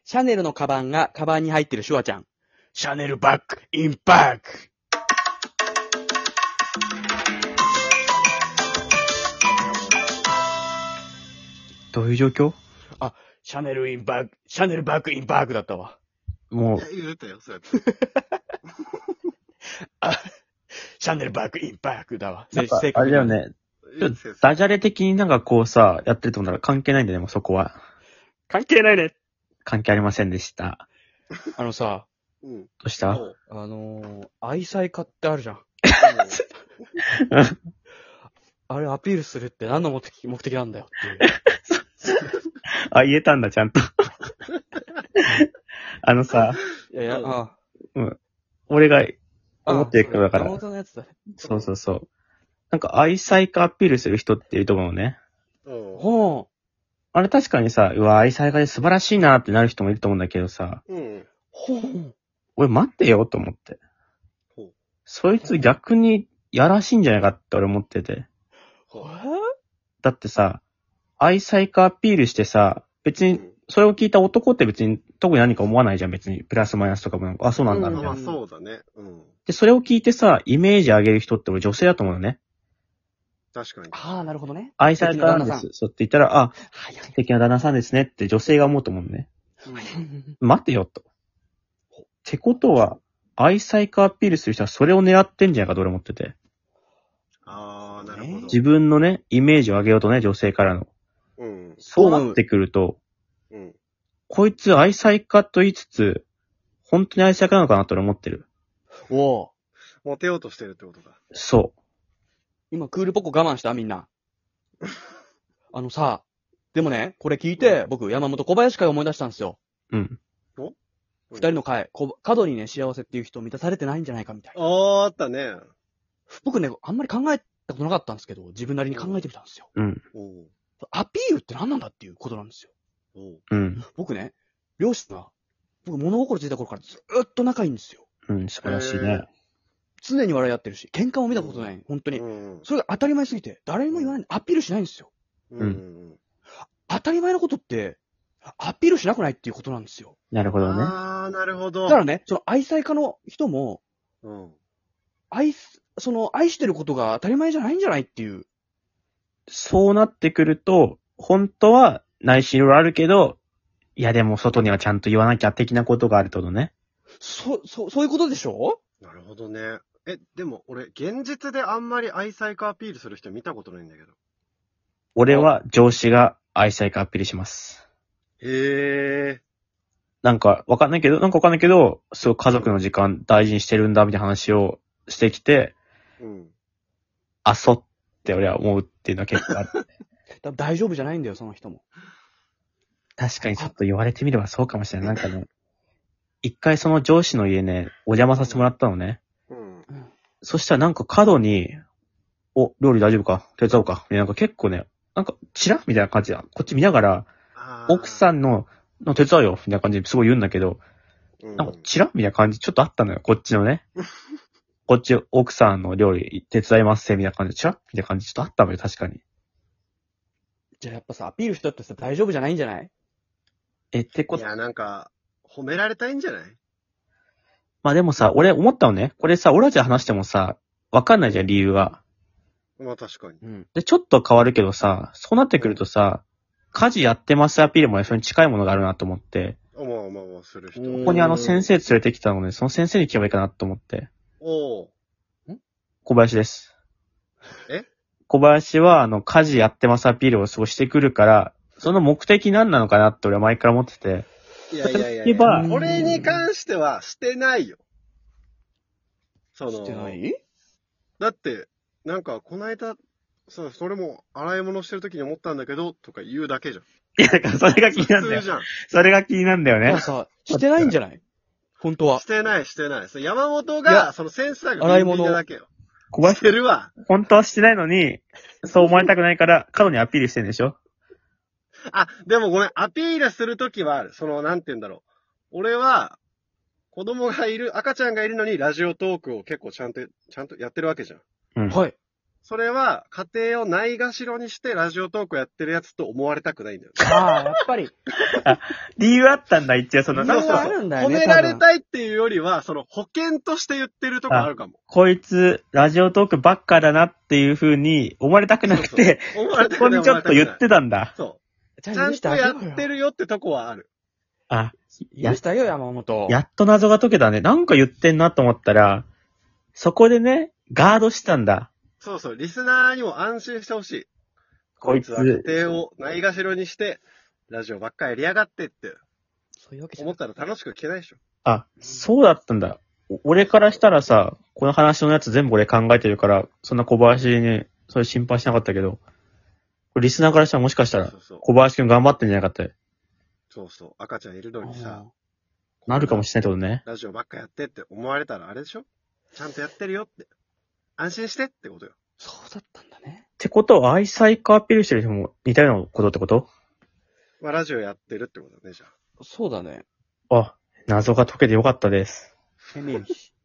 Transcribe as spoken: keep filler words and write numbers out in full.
シャネルのカバンがカバンに入ってるシュワちゃん。シャネルバッグ、インパック。 どういう状況？ あ、シャネルインバッグ、シャネルバッグインバッグだったわ。 もう。 いや、言うたよ、そうやって。 あ、シャネルバッグインバッグだわ。 なんかあれだよね。ダジャレ的になんかこうさ、やってると思ったら関係ないんだよね、もうそこは。 関係ないね。 関係ありませんでした。 あのさ、 うん。 どうしたあのー、愛妻家ってあるじゃん。あれアピールするって何の目的、目的なんだよっていう。 あ、言えたんだ、ちゃんと。あのさ、 いやいや、 うんあうん。俺が思ってるからだから。 山本のやつだね。 そうそうそう。なんか愛妻家アピールする人っていると思うのね。 うん。 ほあれ確かにさ、うわ、愛妻家で素晴らしいなってなる人もいると思うんだけどさ、 うん。 う。ほう。 俺待ってよと思って。 ほう。 そいつ逆にやらしいんじゃないかって俺思ってて。 えだってさ、愛妻家アピールしてさ、別に、それを聞いた男って別に特に何か思わないじゃん、別に。プラスマイナスとかも、あ、そうなんだな。 まあそうだね。うん。 で、それを聞いてさ、イメージ上げる人って俺女性だと思うよね。 確かに。 ああ、なるほどね。 愛妻家なんです。そうって言ったら、あ、 はいはい。 素敵な旦那さんですねって女性が思うと思うのね。待てよと。ってことは、愛妻家アピールする人はそれを狙ってんじゃないかと俺思ってて。 ああ、なるほど。 自分のね、イメージを上げようとね、女性からの。 うん。 そうなってくると、 うん。 こいつ愛妻家と言いつつ、本当に愛妻家なのかなと俺思ってる。 おお。 モテようとしてるってことだ。 そ今、クールポコ我慢したみんな。あのさ、でもね、これ聞いて、僕、山本小林会思い出したんですよ。 う。うん。 二人の会、こ角にね、幸せっていう人満たされてないんじゃないかみたいな。 ああ、あったね。 僕ね、あんまり考えたことなかったんですけど、自分なりに考えてみたんですよ。 うん。 おう。 アピールって何なんだっていうことなんですよ。 おう。 うん。 僕ね、両親が、僕物心ついた頃からずーっと仲いいんですよ。 うん、素晴らしいね。 常に笑い合ってるし、喧嘩も見たことない。本当に。 うん。 それが当たり前すぎて、誰にも言わない。アピールしないんですよ。 うん。 当たり前のことって、アピールしなくないっていうことなんですよ。 なるほどね。 ああ、なるほど。 だからね、その愛妻家の人も、 うん。 愛す、その愛してることが当たり前じゃないんじゃないっていう。 そうなってくると、本当は内心いろいろあるけど、いやでも外にはちゃんと言わなきゃ的なことがあるってことね。 そ、そ、そういうことでしょ？ なるほどね。え、でも俺、現実であんまり愛妻家アピールする人見たことないんだけど。 俺は上司が愛妻家アピールします。 へえ。 なんかわかんないけど、なんかわかんないけど、すごい家族の時間大事にしてるんだみたいな話をしてきて、 うん。 あ、そうって俺は思うっていうのは結構あって。 多分大丈夫じゃないんだよ、その人も。 確かにちょっと言われてみればそうかもしれない。なんかね、一回その上司の家ね、お邪魔させてもらったのね。 うん。 そしたらなんか角に、お、料理大丈夫か手伝おうかみたいな、なんか結構ね、なんか、チラみたいな感じで、こっち見ながら、奥さん、 んの、の手伝うよみたいな感じですごい言うんだけど、 うん、 なんか、チラみたいな感じちょっとあったのよ、こっちのね。こっち、奥さんの料理手伝いますせ、みたいな感じで、チラみたいな感じちょっとあったのよ、確かに。 じゃあやっぱさ、アピール人ってさ、大丈夫じゃないんじゃない？ え、ってこと。 いや、なんか、褒められたいんじゃない？ まあでもさ、俺思ったのね。これさ、俺たちで話してもさ、わかんないじゃん、理由が。 まあ確かに。 うん。 で、ちょっと変わるけどさ、そうなってくるとさ、家事やってますアピールもね、それに近いものがあるなと思って、 まあまあまあ、する人。 うんここにあの先生連れてきたので、その先生に聞けばいいかなと思って。 おう。 小林です。 え？ 小林は、あの、家事やってますアピールをそうしてくるから、その目的何なのかなって俺は前から思ってて。 いやいやいやい例えばや。これに関してはしてないよ。その、 してない？ だって、なんか、この間、そう、それも洗い物してる時に思ったんだけど、とか言うだけじゃん。 いや、だからそれが気になるんだよ。 普通じゃん。 それが気になるんだよねまあ。さ、してないんじゃない？本当はし。てない、してない。それ山本いやが、そのセンサーが洗い物ビンビンなだけよ。 小林してるわ。 本当はしてないのに、そう思われたくないから、過度にアピールしてるんでしょ？ あ、でもごめん、アピールするときはある。その、なんて言うんだろう。俺は、子供がいる、赤ちゃんがいるのにラジオトークを結構ちゃんと、ちゃんとやってるわけじゃん。 うん。 はい。 それは家庭をないがしろにしてラジオトークやってるやつと思われたくないんだよね。 ああ、やっぱり。 理由あったんだ、一応その、 理由はあるんだよね。 褒められたいっていうよりは、その保険として言ってるとこあるかも。 こいつ、ラジオトークばっかだなっていう風に思われたくなくて、 そうそう思われたそこにちょっと言ってたんだ。 そう。 ちちゃんとやってるよってとこはある。 あ、 やしたよ、山本。 やっと謎が解けたね。なんか言ってんなと思ったら、そこでね、ガードしたんだ。 そうそう、リスナーにも安心してほしい。 こいつは家庭をないがしろにして、ラジオばっかやりやがってって、 そういうわけじゃ思ったら楽しく聞けないでしょ。 あ、そうだったんだ。お俺からしたらさ、この話のやつ全部俺考えてるから、そんな小林に、それ心配しなかったけど、これリスナーからしたらもしかしたらそう、そう。 小林くん頑張ってんじゃなかったよ。 そうそう。赤ちゃんいるのにさ、 なるかもしれないってことね。 ラジオばっかやってって思われたらあれでしょ？ちゃんとやってるよって。安心してってことよ。 そうだったんだね。 ってことは、愛妻家アピールしてる人も似たようなことってこと？ まあ、ラジオやってるってことだね、じゃあ。 そうだね。 あ、謎が解けてよかったです。 変ねえし。